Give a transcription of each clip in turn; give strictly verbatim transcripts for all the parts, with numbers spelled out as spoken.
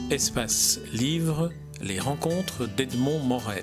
Espace Livre, les rencontres d'Edmond Morel.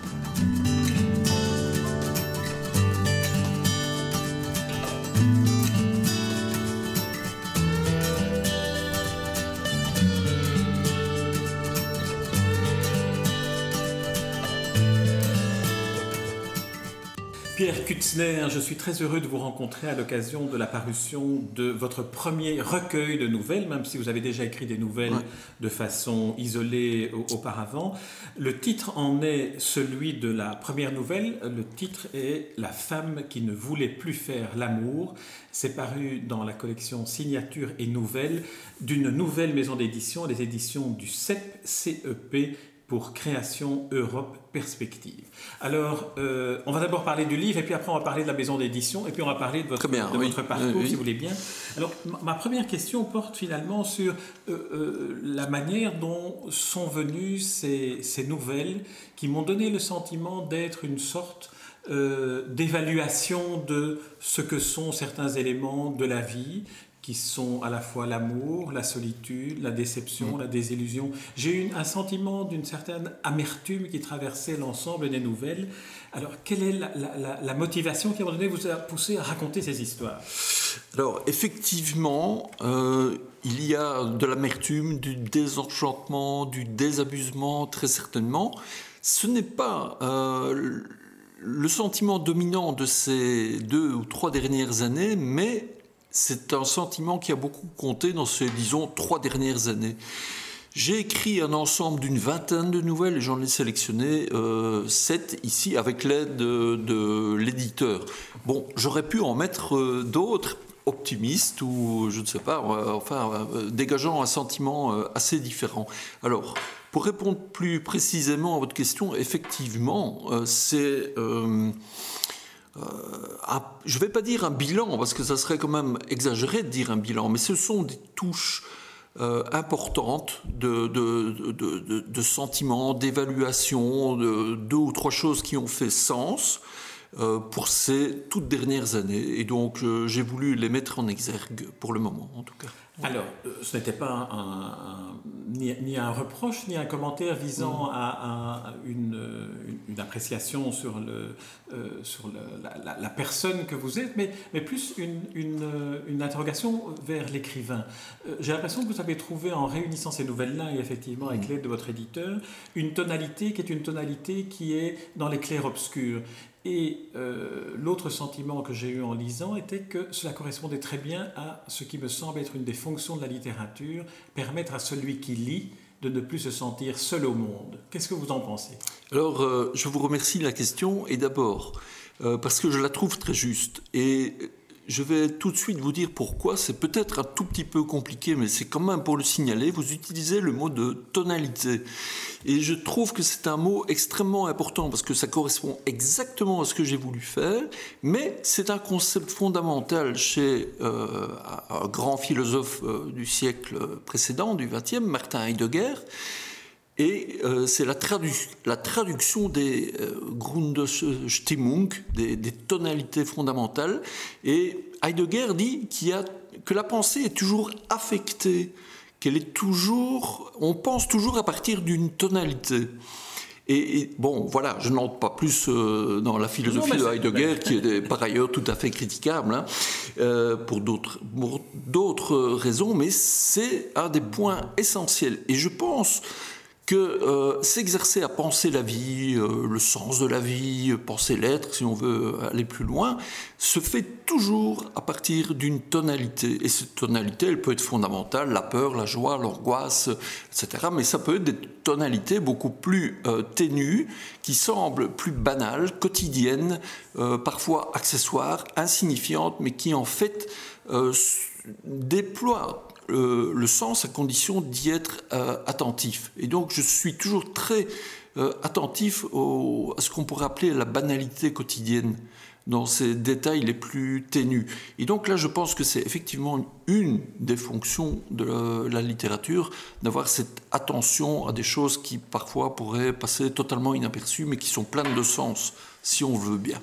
Pierre Kutzner, je suis très heureux de vous rencontrer à l'occasion de la parution de votre premier recueil de nouvelles, même si vous avez déjà écrit des nouvelles ouais. de façon isolée auparavant. Le titre en est celui de la première nouvelle. Le titre est « La femme qui ne voulait plus faire l'amour ». C'est paru dans la collection Signatures et Nouvelles d'une nouvelle maison d'édition, les éditions du C E P, C E P, pour Création Europe Perspective. Alors, euh, on va d'abord parler du livre, et puis après on va parler de la maison d'édition, et puis on va parler de votre, bien, de oui. votre parcours, oui, oui. si vous voulez bien. Alors, ma première question porte finalement sur euh, euh, la manière dont sont venues ces, ces nouvelles qui m'ont donné le sentiment d'être une sorte euh, d'évaluation de ce que sont certains éléments de la vie, qui sont à la fois l'amour, la solitude, la déception, mmh. la désillusion. J'ai eu un sentiment d'une certaine amertume qui traversait l'ensemble des nouvelles. Alors, quelle est la, la, la motivation qui, à un moment donné, vous a poussé à raconter ces histoires ? Alors, effectivement, euh, il y a de l'amertume, du désenchantement, du désabusement, très certainement. Ce n'est pas euh, le sentiment dominant de ces deux ou trois dernières années, mais c'est un sentiment qui a beaucoup compté dans ces, disons, trois dernières années. J'ai écrit un ensemble d'une vingtaine de nouvelles et j'en ai sélectionné euh, sept ici avec l'aide de, de l'éditeur. Bon, j'aurais pu en mettre euh, d'autres, optimistes ou, je ne sais pas, euh, enfin, euh, dégageant un sentiment euh, assez différent. Alors, pour répondre plus précisément à votre question, effectivement, euh, c'est... Euh, Euh, un, je ne vais pas dire un bilan, parce que ça serait quand même exagéré de dire un bilan, mais ce sont des touches euh, importantes de, de, de, de, de sentiments, d'évaluation, de deux ou trois choses qui ont fait sens euh, pour ces toutes dernières années. Et donc, euh, j'ai voulu les mettre en exergue, pour le moment, en tout cas. Alors, ce n'était pas un, un, ni, ni un reproche, ni un commentaire visant mmh. à, à une, une, une appréciation sur, le, euh, sur le, la, la, la personne que vous êtes, mais, mais plus une, une, une interrogation vers l'écrivain. Euh, j'ai l'impression que vous avez trouvé, en réunissant ces nouvelles-là, et effectivement avec l'aide de votre éditeur, une tonalité qui est une tonalité qui est dans les clairs-obscurs. Et euh, l'autre sentiment que j'ai eu en lisant était que cela correspondait très bien à ce qui me semble être une des fonctions de la littérature, permettre à celui qui lit de ne plus se sentir seul au monde. Qu'est-ce que vous en pensez ? Alors, euh, je vous remercie de la question, et d'abord, euh, parce que je la trouve très juste. Et je vais tout de suite vous dire pourquoi. C'est peut-être un tout petit peu compliqué, mais c'est quand même pour le signaler. Vous utilisez le mot de tonalité. Et je trouve que c'est un mot extrêmement important parce que ça correspond exactement à ce que j'ai voulu faire, mais c'est un concept fondamental chez euh, un grand philosophe euh, du siècle précédent, du vingtième, Martin Heidegger. Et euh, c'est la, tradu- la traduction des euh, Grundstimmung, des, des tonalités fondamentales. Et Heidegger dit qu'il y a, que la pensée est toujours affectée, qu'elle est toujours, on pense toujours à partir d'une tonalité. Et, et bon, voilà, je n'entre pas plus euh, dans la philosophie non, de Heidegger, qui est par ailleurs tout à fait critiquable, hein, euh, pour d'autres, pour d'autres raisons, mais c'est un des points essentiels. Et je pense que euh, s'exercer à penser la vie, euh, le sens de la vie, penser l'être, si on veut aller plus loin, se fait toujours à partir d'une tonalité. Et cette tonalité, elle peut être fondamentale, la peur, la joie, l'angoisse, et cetera. Mais ça peut être des tonalités beaucoup plus euh, ténues, qui semblent plus banales, quotidiennes, euh, parfois accessoires, insignifiantes, mais qui en fait euh, déploient Euh, le sens à condition d'y être euh, attentif. Et donc je suis toujours très euh, attentif au, à ce qu'on pourrait appeler la banalité quotidienne, dans ces détails les plus ténus. Et donc là je pense que c'est effectivement une des fonctions de la, la littérature, d'avoir cette attention à des choses qui parfois pourraient passer totalement inaperçues, mais qui sont pleines de sens, si on veut bien.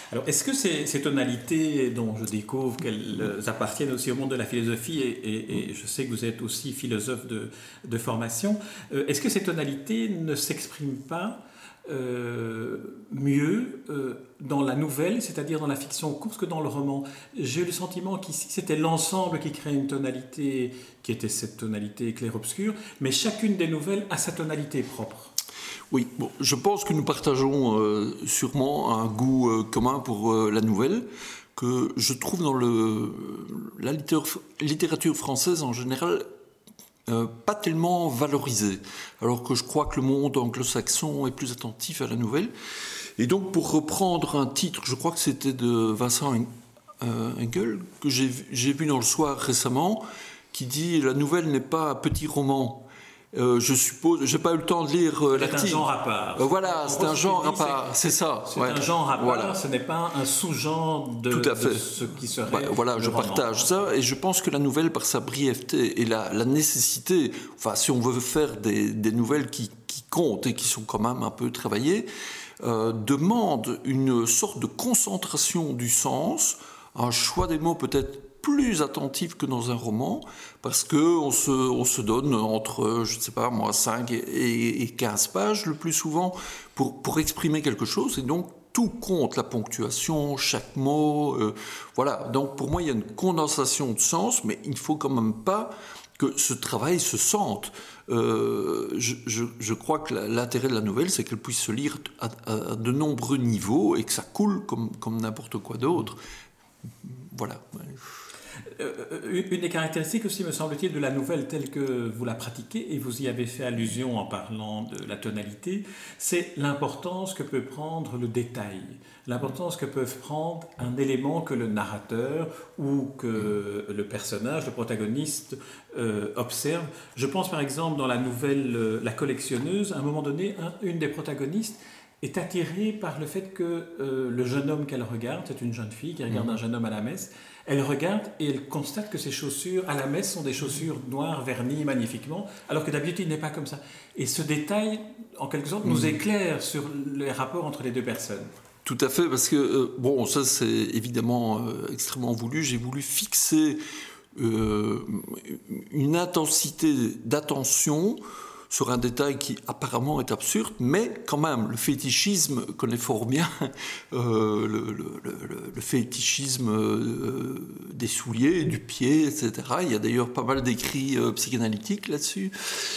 Alors, est-ce que ces, ces tonalités dont je découvre qu'elles appartiennent aussi au monde de la philosophie, et, et, et je sais que vous êtes aussi philosophe de, de formation, euh, est-ce que ces tonalités ne s'expriment pas euh, mieux euh, dans la nouvelle, c'est-à-dire dans la fiction courte, que dans le roman? J'ai eu le sentiment qu'ici, c'était l'ensemble qui créait une tonalité qui était cette tonalité clair-obscur, mais chacune des nouvelles a sa tonalité propre. Oui, bon, je pense que nous partageons euh, sûrement un goût euh, commun pour euh, la nouvelle, que je trouve dans le, la littérature, littérature française en général euh, pas tellement valorisée, alors que je crois que le monde anglo-saxon est plus attentif à la nouvelle. Et donc, pour reprendre un titre, je crois que c'était de Vincent Engel, que j'ai, j'ai vu dans Le Soir récemment, qui dit « La nouvelle n'est pas un petit roman ». Euh, je suppose, j'ai pas eu le temps de lire euh, l'article. C'est un genre à part. Euh, voilà, c'est un genre à part, c'est ça. C'est ouais. un genre à part, voilà. Ce n'est pas un sous-genre de, Tout à fait. de ce qui serait. Bah, voilà, je roman. partage ça, et je pense que la nouvelle, par sa brièveté et la, la nécessité, enfin, si on veut faire des, des nouvelles qui, qui comptent et qui sont quand même un peu travaillées, euh, demande une sorte de concentration du sens, un choix des mots peut-être plus attentif que dans un roman, parce qu'on se, on se donne entre, je ne sais pas moi, cinq et quinze pages le plus souvent pour, pour exprimer quelque chose, et donc tout compte, la ponctuation, chaque mot, euh, voilà. Donc pour moi, il y a une condensation de sens, mais il ne faut quand même pas que ce travail se sente. Euh, je, je, je crois que la, l'intérêt de la nouvelle, c'est qu'elle puisse se lire à, à, à de nombreux niveaux et que ça coule comme, comme n'importe quoi d'autre. Voilà. Euh, une des caractéristiques aussi, me semble-t-il, de la nouvelle telle que vous la pratiquez, et vous y avez fait allusion en parlant de la tonalité, c'est l'importance que peut prendre le détail, l'importance que peut prendre un élément que le narrateur ou que le personnage, le protagoniste, euh, observe. Je pense par exemple dans la nouvelle euh, La collectionneuse, à un moment donné, un, une des protagonistes est attirée par le fait que euh, le jeune homme qu'elle regarde, c'est une jeune fille qui regarde mmh. un jeune homme à la messe, elle regarde et elle constate que ses chaussures à la messe sont des chaussures noires vernies magnifiquement, alors que d'habitude il n'est pas comme ça. Et ce détail, en quelque sorte, nous éclaire sur les rapports entre les deux personnes. Tout à fait, parce que, euh, bon, ça c'est évidemment euh, extrêmement voulu. J'ai voulu fixer euh, une intensité d'attention sur un détail qui apparemment est absurde, mais quand même, le fétichisme connaît fort bien euh, le, le, le, le fétichisme euh, des souliers, du pied, et cetera. Il y a d'ailleurs pas mal d'écrits euh, psychanalytiques là-dessus.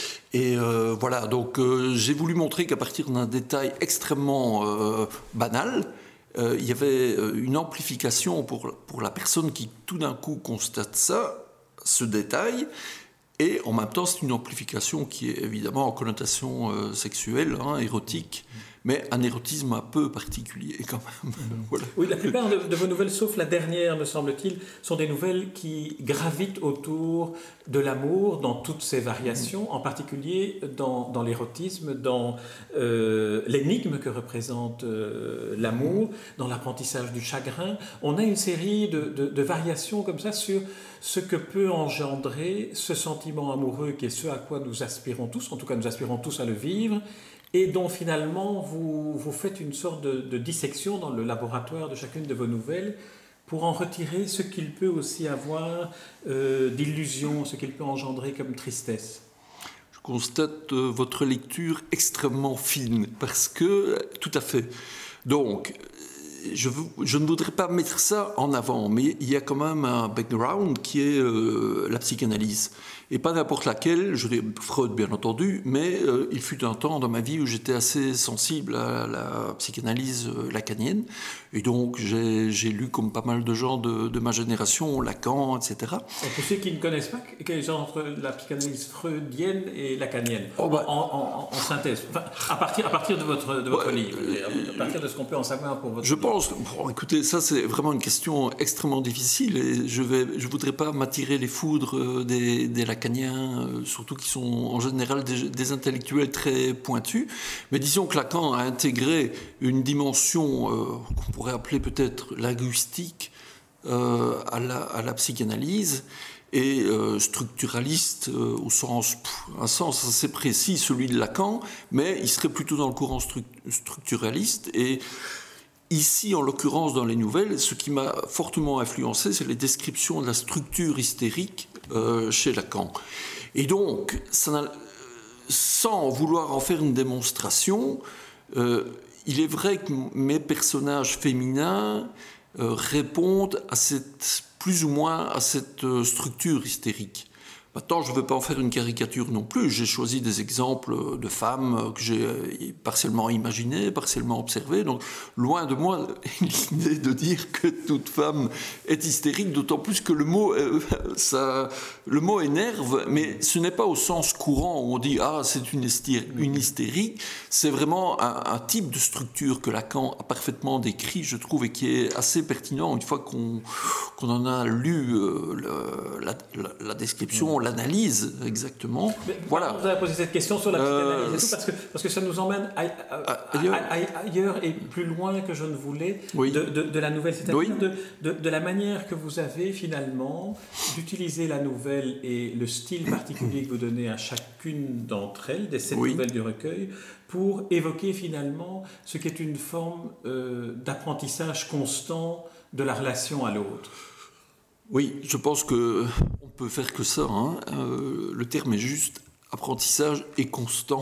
Et euh, voilà, donc euh, j'ai voulu montrer qu'à partir d'un détail extrêmement euh, banal, euh, il y avait une amplification pour, pour la personne qui tout d'un coup constate ça, ce détail. Et en même temps, c'est une amplification qui est évidemment en connotation euh, sexuelle, hein, érotique, mais un érotisme un peu particulier quand même. Voilà. Oui, la plupart de, de vos nouvelles, sauf la dernière, me semble-t-il, sont des nouvelles qui gravitent autour de l'amour dans toutes ses variations, en particulier dans, dans l'érotisme, dans euh, l'énigme que représente euh, l'amour, dans l'apprentissage du chagrin. On a une série de, de, de variations comme ça sur ce que peut engendrer ce sentiment amoureux qui est ce à quoi nous aspirons tous, en tout cas nous aspirons tous à le vivre, et dont finalement vous, vous faites une sorte de, de dissection dans le laboratoire de chacune de vos nouvelles pour en retirer ce qu'il peut aussi avoir euh, d'illusion, ce qu'il peut engendrer comme tristesse. Je constate euh, votre lecture extrêmement fine, parce que, tout à fait, donc... Je, je ne voudrais pas mettre ça en avant, mais il y a quand même un background qui est euh, la psychanalyse. Et pas n'importe laquelle, je dis Freud bien entendu, mais euh, il fut un temps dans ma vie où j'étais assez sensible à la psychanalyse euh, lacanienne. Et donc j'ai, j'ai lu comme pas mal de gens de, de ma génération, Lacan, et cetera. Et pour ceux qui ne connaissent pas, quel est entre la psychanalyse freudienne et lacanienne, oh bah, en, en, en synthèse, enfin, à, partir, à partir de votre, de votre ouais, livre, à partir de ce qu'on peut en savoir pour votre Je livre. pense, bon, écoutez, ça c'est vraiment une question extrêmement difficile et je ne je voudrais pas m'attirer les foudres des, des lacaniens, surtout qui sont en général des, des intellectuels très pointus. Mais disons que Lacan a intégré une dimension euh, qu'on pourrait appeler peut-être linguistique euh, à, la, à la psychanalyse et euh, structuraliste euh, au sens, pff, un sens assez précis, celui de Lacan, mais il serait plutôt dans le courant stru- structuraliste et Ici, en l'occurrence, dans les nouvelles, ce qui m'a fortement influencé, c'est les descriptions de la structure hystérique euh, chez Lacan. Et donc, ça n'a, sans vouloir en faire une démonstration, euh, il est vrai que mes personnages féminins euh, répondent à cette, plus ou moins à cette euh, structure hystérique. Maintenant, je ne veux pas en faire une caricature non plus. J'ai choisi des exemples de femmes que j'ai partiellement imaginées, partiellement observées. Donc, loin de moi l'idée de dire que toute femme est hystérique, d'autant plus que le mot, euh, ça, le mot énerve, mais ce n'est pas au sens courant où on dit « Ah, c'est une, hystérie, une hystérie ». C'est vraiment un, un type de structure que Lacan a parfaitement décrit, je trouve, et qui est assez pertinent une fois qu'on, qu'on en a lu euh, le, la, la, la description, l'analyse, exactement. Mais voilà. Vous avez posé cette question sur la Euh, psychanalyse et tout, parce que, parce que ça nous emmène à, à, à, ailleurs. à, ailleurs et plus loin que je ne voulais Oui. de, de, de la nouvelle, c'est-à-dire Oui. de, de, de la manière que vous avez finalement d'utiliser la nouvelle et le style particulier que vous donnez à chacune d'entre elles, des sept Oui. nouvelles du recueil, pour évoquer finalement ce qui est une forme euh, d'apprentissage constant de la relation à l'autre. Oui, je pense que on peut faire que ça. Hein. Euh, le terme est juste apprentissage et constant.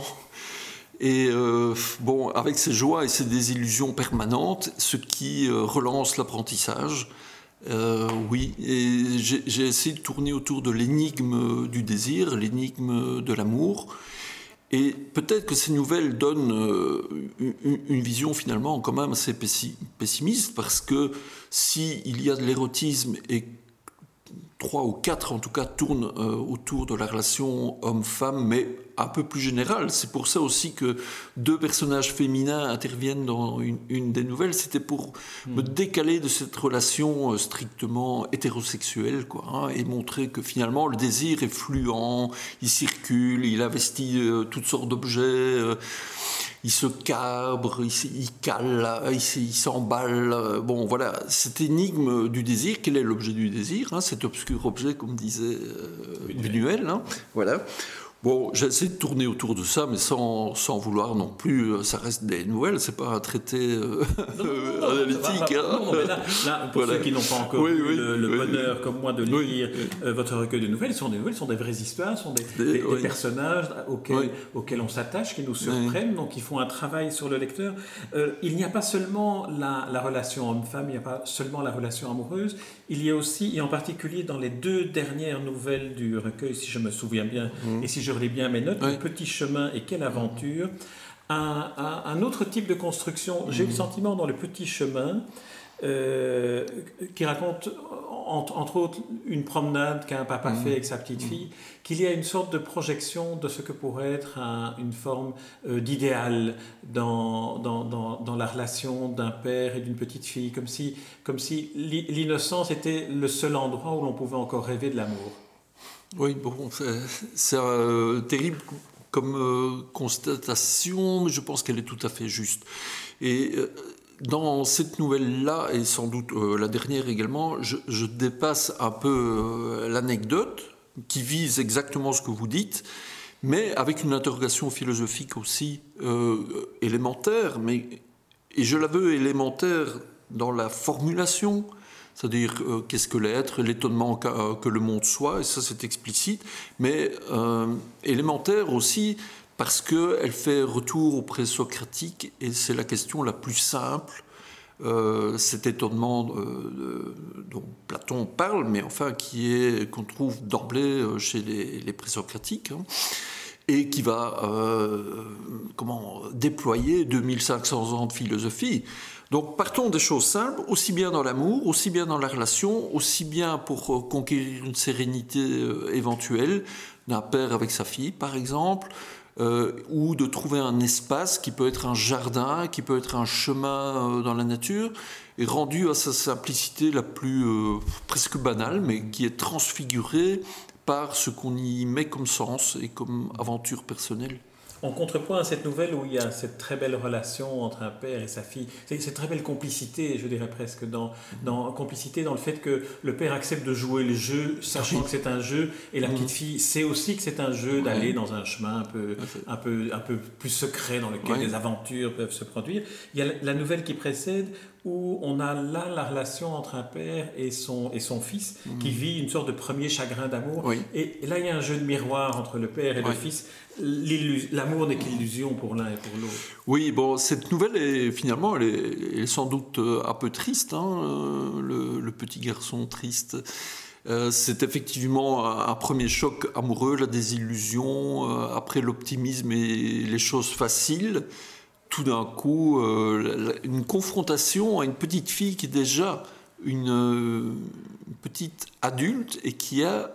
Et euh, bon, avec ses joies et ses désillusions permanentes, ce qui euh, relance l'apprentissage. Euh, oui, et j'ai, j'ai essayé de tourner autour de l'énigme du désir, l'énigme de l'amour. Et peut-être que ces nouvelles donnent euh, une, une vision finalement quand même assez pessimiste, parce que s'il y a de l'érotisme et trois ou quatre en tout cas tournent euh, autour de la relation homme-femme, mais un peu plus générale. C'est pour ça aussi que deux personnages féminins interviennent dans une, une des nouvelles. C'était pour mmh. me décaler de cette relation euh, strictement hétérosexuelle, quoi, hein, et montrer que finalement le désir est fluent, il circule, il investit euh, toutes sortes d'objets, euh, il se cabre, il, il cale, il, il s'emballe. Bon, voilà, cette énigme du désir, quel est l'objet du désir, hein, cet obscur objet, comme disait euh, Buñuel, hein, voilà. Bon, j'essaie de tourner autour de ça, mais sans, sans vouloir non plus. Ça reste des nouvelles, c'est pas un traité euh, non, non, non, analytique. Va, va, hein. non, mais là, là, pour voilà. ceux qui n'ont pas encore oui, eu oui, le, le oui, bonheur, oui, comme moi, de lire oui, euh, votre recueil de nouvelles, ce sont des nouvelles, ce sont des vraies histoires, ce sont des, des, oui. des personnages auxquels, oui. auxquels on s'attache, qui nous surprennent, oui. donc qui font un travail sur le lecteur. Euh, il n'y a pas seulement la, la relation homme-femme, il n'y a pas seulement la relation amoureuse, il y a aussi, et en particulier dans les deux dernières nouvelles du recueil, si je me souviens bien, mmh. et si je relis bien mes notes, oui. Le petit chemin et quelle aventure, un, un, un autre type de construction. Mmh. J'ai eu le sentiment dans le petit chemin, euh, qui raconte entre, entre autres une promenade qu'un papa mmh. fait avec sa petite fille, mmh. qu'il y a une sorte de projection de ce que pourrait être un, une forme euh, d'idéal dans, dans, dans, dans la relation d'un père et d'une petite fille, comme si, comme si l'innocence était le seul endroit où l'on pouvait encore rêver de l'amour. Oui, bon, c'est, c'est euh, terrible comme euh, constatation, mais je pense qu'elle est tout à fait juste. Et euh, dans cette nouvelle-là, et sans doute euh, la dernière également, je, je dépasse un peu euh, l'anecdote qui vise exactement ce que vous dites, mais avec une interrogation philosophique aussi euh, élémentaire, mais, et je la veux élémentaire dans la formulation. C'est-à-dire euh, qu'est-ce que l'être, l'étonnement que, euh, que le monde soit, et ça c'est explicite, mais euh, élémentaire aussi parce qu'elle fait retour au présocratique, et c'est la question la plus simple, euh, cet étonnement euh, de, dont Platon parle, mais enfin qui est, qu'on trouve d'emblée chez les, les présocratiques, hein, et qui va euh, comment, déployer deux mille cinq cents ans de philosophie. Donc partons des choses simples, aussi bien dans l'amour, aussi bien dans la relation, aussi bien pour conquérir une sérénité éventuelle d'un père avec sa fille, par exemple, euh, ou de trouver un espace qui peut être un jardin, qui peut être un chemin dans la nature, et rendu à sa simplicité la plus euh, presque banale, mais qui est transfigurée par ce qu'on y met comme sens et comme aventure personnelle. En contrepoint à cette nouvelle où il y a cette très belle relation entre un père et sa fille, c'est cette très belle complicité, je dirais presque, dans, dans, complicité dans le fait que le père accepte de jouer le jeu, sachant que c'est un jeu, et la petite fille sait aussi que c'est un jeu d'aller dans un chemin un peu, un peu, un peu plus secret dans lequel des aventures peuvent se produire. Il y a la nouvelle qui précède où on a là la relation entre un père et son, et son fils, mmh. qui vit une sorte de premier chagrin d'amour. Oui. Et, et là, il y a un jeu de miroir entre le père et oui. le fils. L'amour n'est qu'illusion pour l'un et pour l'autre. Oui, bon, cette nouvelle, est, finalement, elle est, elle est sans doute un peu triste, hein, le, le petit garçon triste. Euh, c'est effectivement un, un premier choc amoureux, la désillusion, euh, après l'optimisme et les choses faciles. Tout d'un coup, euh, une confrontation à une petite fille qui est déjà une, une petite adulte et qui a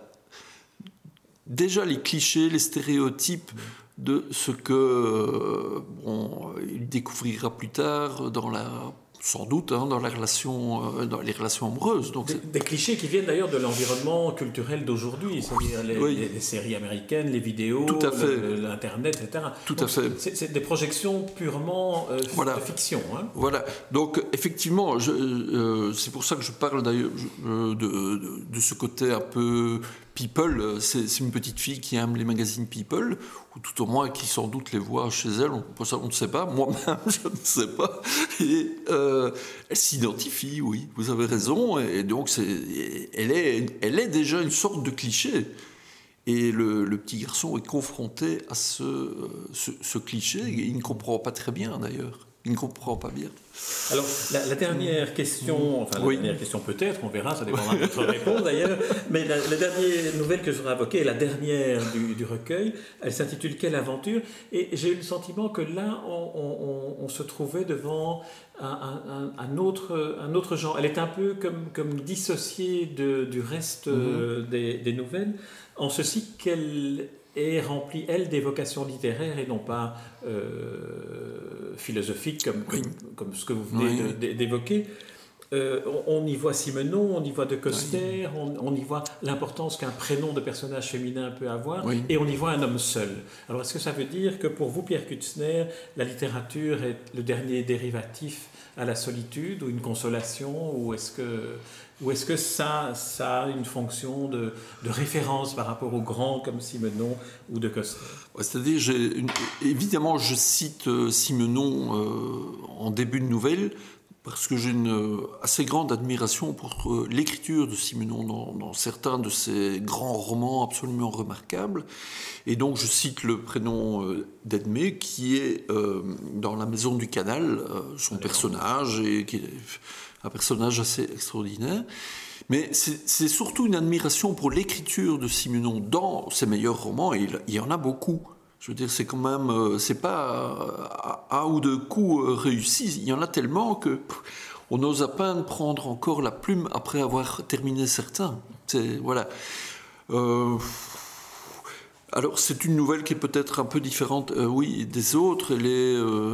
déjà les clichés, les stéréotypes de ce que euh, bon, il découvrira plus tard dans la, sans doute hein, dans, la relation, euh, dans les relations amoureuses. Donc des, des clichés qui viennent d'ailleurs de l'environnement culturel d'aujourd'hui, c'est-à-dire les, oui. les, les séries américaines, les vidéos, Tout à fait. Le, l'Internet, et cetera. Tout Donc, à fait. C'est, c'est des projections purement euh, voilà. de fiction. Hein. Voilà. Donc effectivement, je, euh, c'est pour ça que je parle d'ailleurs de, de, de ce côté un peu People. C'est, c'est une petite fille qui aime les magazines People, ou tout au moins qui sans doute les voit chez elle. On, on ne sait pas. Moi-même, je ne sais pas. Et euh, elle s'identifie, oui. Vous avez raison. Et donc, c'est, elle est, elle est déjà une sorte de cliché. Et le, le petit garçon est confronté à ce, ce, ce cliché. Et il ne comprend pas très bien, d'ailleurs. Il ne comprend pas bien. Alors, la, la dernière question, enfin la oui. dernière question peut-être, on verra, ça dépendra de votre réponse d'ailleurs, mais la, la dernière nouvelle que je voudrais invoquer est la dernière du, du recueil. Elle s'intitule « Quelle aventure ?» Et j'ai eu le sentiment que là, on, on, on se trouvait devant un, un, un, autre, un autre genre. Elle est un peu comme, comme dissociée de, du reste mm-hmm. euh, des, des nouvelles, en ceci qu'elle est remplie, elle, d'évocations littéraires et non pas euh, philosophiques comme, comme, comme ce que vous venez oui. de, d'évoquer. Euh, on, on y voit Simenon, on y voit De Coster, oui. on, on y voit l'importance qu'un prénom de personnage féminin peut avoir, oui. et on y voit un homme seul. Alors est-ce que ça veut dire que pour vous, Pierre Kutzner, la littérature est le dernier dérivatif à la solitude ou une consolation, ou est-ce que... Ou est-ce que ça, ça a une fonction de, de référence par rapport aux grands comme Simenon ou De Coster? Ouais, c'est-à-dire, j'ai une, évidemment, je cite euh, Simenon euh, en début de nouvelle parce que j'ai une euh, assez grande admiration pour euh, l'écriture de Simenon dans, dans certains de ses grands romans absolument remarquables. Et donc, je cite le prénom euh, d'Edmé qui est euh, dans La Maison du Canal, euh, son Allez, personnage, et qui est un personnage assez extraordinaire. Mais c'est, c'est surtout une admiration pour l'écriture de Simenon dans ses meilleurs romans, et il, il y en a beaucoup. Je veux dire, c'est quand même, c'est pas un ou deux coups réussis, il y en a tellement que on ose à peine prendre encore la plume après avoir terminé certains. C'est, voilà. Euh, alors, c'est une nouvelle qui est peut-être un peu différente, euh, oui, des autres. Elle est... Euh,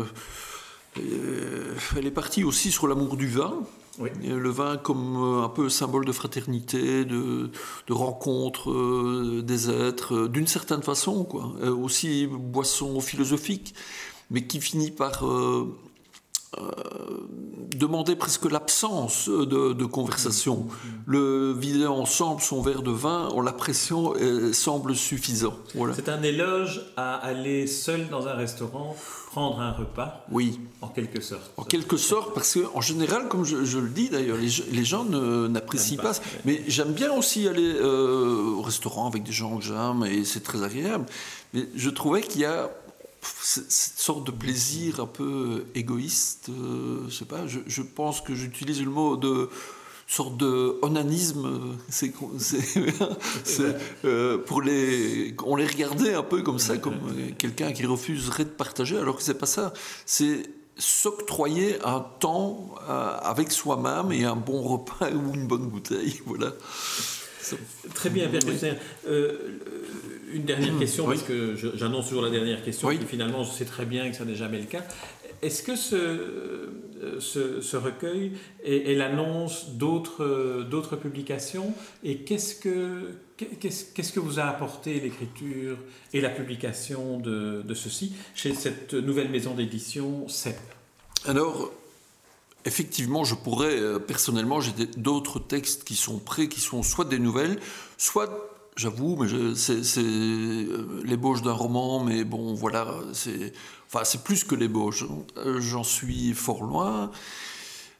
Elle est partie aussi sur l'amour du vin. Oui. Le vin comme un peu symbole de fraternité, de, de rencontre euh, des êtres, d'une certaine façon, quoi. Euh, aussi boisson philosophique, mais qui finit par euh, euh, demander presque l'absence de, de conversation. Mmh. Le vider ensemble son verre de vin, en l'appréciant, euh, semble suffisant. Voilà. C'est un éloge à aller seul dans un restaurant prendre un repas, oui, en quelque sorte. En quelque sorte, parce qu'en général, comme je, je le dis d'ailleurs, les, les gens ne, n'apprécient pas. pas mais j'aime bien aussi aller euh, au restaurant avec des gens que j'aime, et c'est très agréable. Mais je trouvais qu'il y a cette sorte de plaisir un peu égoïste. Euh, je sais pas, je, je pense que j'utilise le mot de... sorte de onanisme, c'est, c'est, c'est euh, pour les, on les regardait un peu comme ça, comme quelqu'un qui refuserait de partager, alors que c'est pas ça. C'est s'octroyer un temps euh, avec soi-même et un bon repas ou une bonne bouteille, voilà. Très bien, Pierre Kutzner. Euh, une dernière mmh, question, oui. parce que je, j'annonce toujours la dernière question, oui. et finalement je sais très bien que ça n'est jamais le cas. Est-ce que ce, ce, ce recueil est, est l'annonce d'autres, d'autres publications, et qu'est-ce que, qu'est-ce, qu'est-ce que vous a apporté l'écriture et la publication de, de ceci chez cette nouvelle maison d'édition C E P? Alors, effectivement, je pourrais, personnellement, j'ai d'autres textes qui sont prêts, qui sont soit des nouvelles, soit... J'avoue, mais je, c'est, c'est l'ébauche d'un roman, mais bon, voilà, c'est, enfin, c'est plus que l'ébauche. J'en suis fort loin.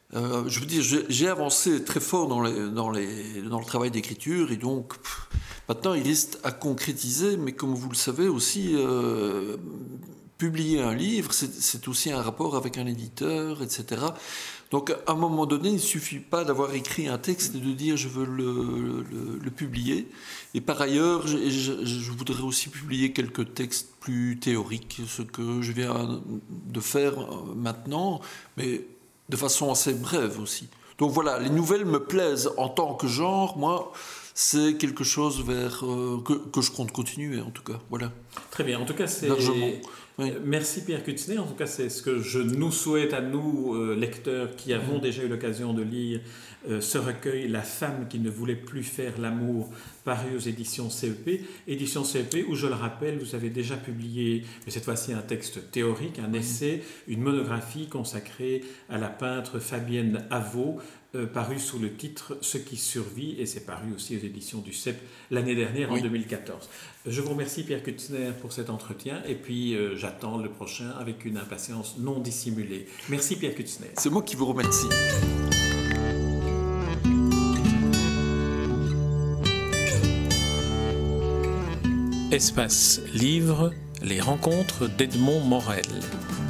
Euh, je veux dire, j'ai, j'ai avancé très fort dans, les, dans, les, dans le travail d'écriture, et donc pff, maintenant il reste à concrétiser, mais comme vous le savez aussi, euh, publier un livre, c'est, c'est aussi un rapport avec un éditeur, et cetera. Donc à un moment donné, il ne suffit pas d'avoir écrit un texte et de dire je veux le, le, le publier. Et par ailleurs, je, je, je voudrais aussi publier quelques textes plus théoriques, ce que je viens de faire maintenant, mais de façon assez brève aussi. Donc voilà, les nouvelles me plaisent en tant que genre. Moi, c'est quelque chose vers, euh, que, que je compte continuer, en tout cas. Voilà. Très bien. En tout cas, c'est... Largement. Oui. Merci Pierre Kutzner. En tout cas, c'est ce que je nous souhaite à nous, euh, lecteurs, qui avons mmh. déjà eu l'occasion de lire euh, ce recueil, La femme qui ne voulait plus faire l'amour, paru aux éditions C E P. Éditions C E P, où je le rappelle, vous avez déjà publié, mais cette fois-ci un texte théorique, un essai, une monographie consacrée à la peintre Fabienne Avaux, Euh, paru sous le titre « Ce qui survit » et c'est paru aussi aux éditions du C E P l'année dernière, oui. en deux mille quatorze. Je vous remercie Pierre Kutzner pour cet entretien et puis euh, j'attends le prochain avec une impatience non dissimulée. Merci Pierre Kutzner. C'est moi qui vous remercie. Espace Livre, les rencontres d'Edmond Morel.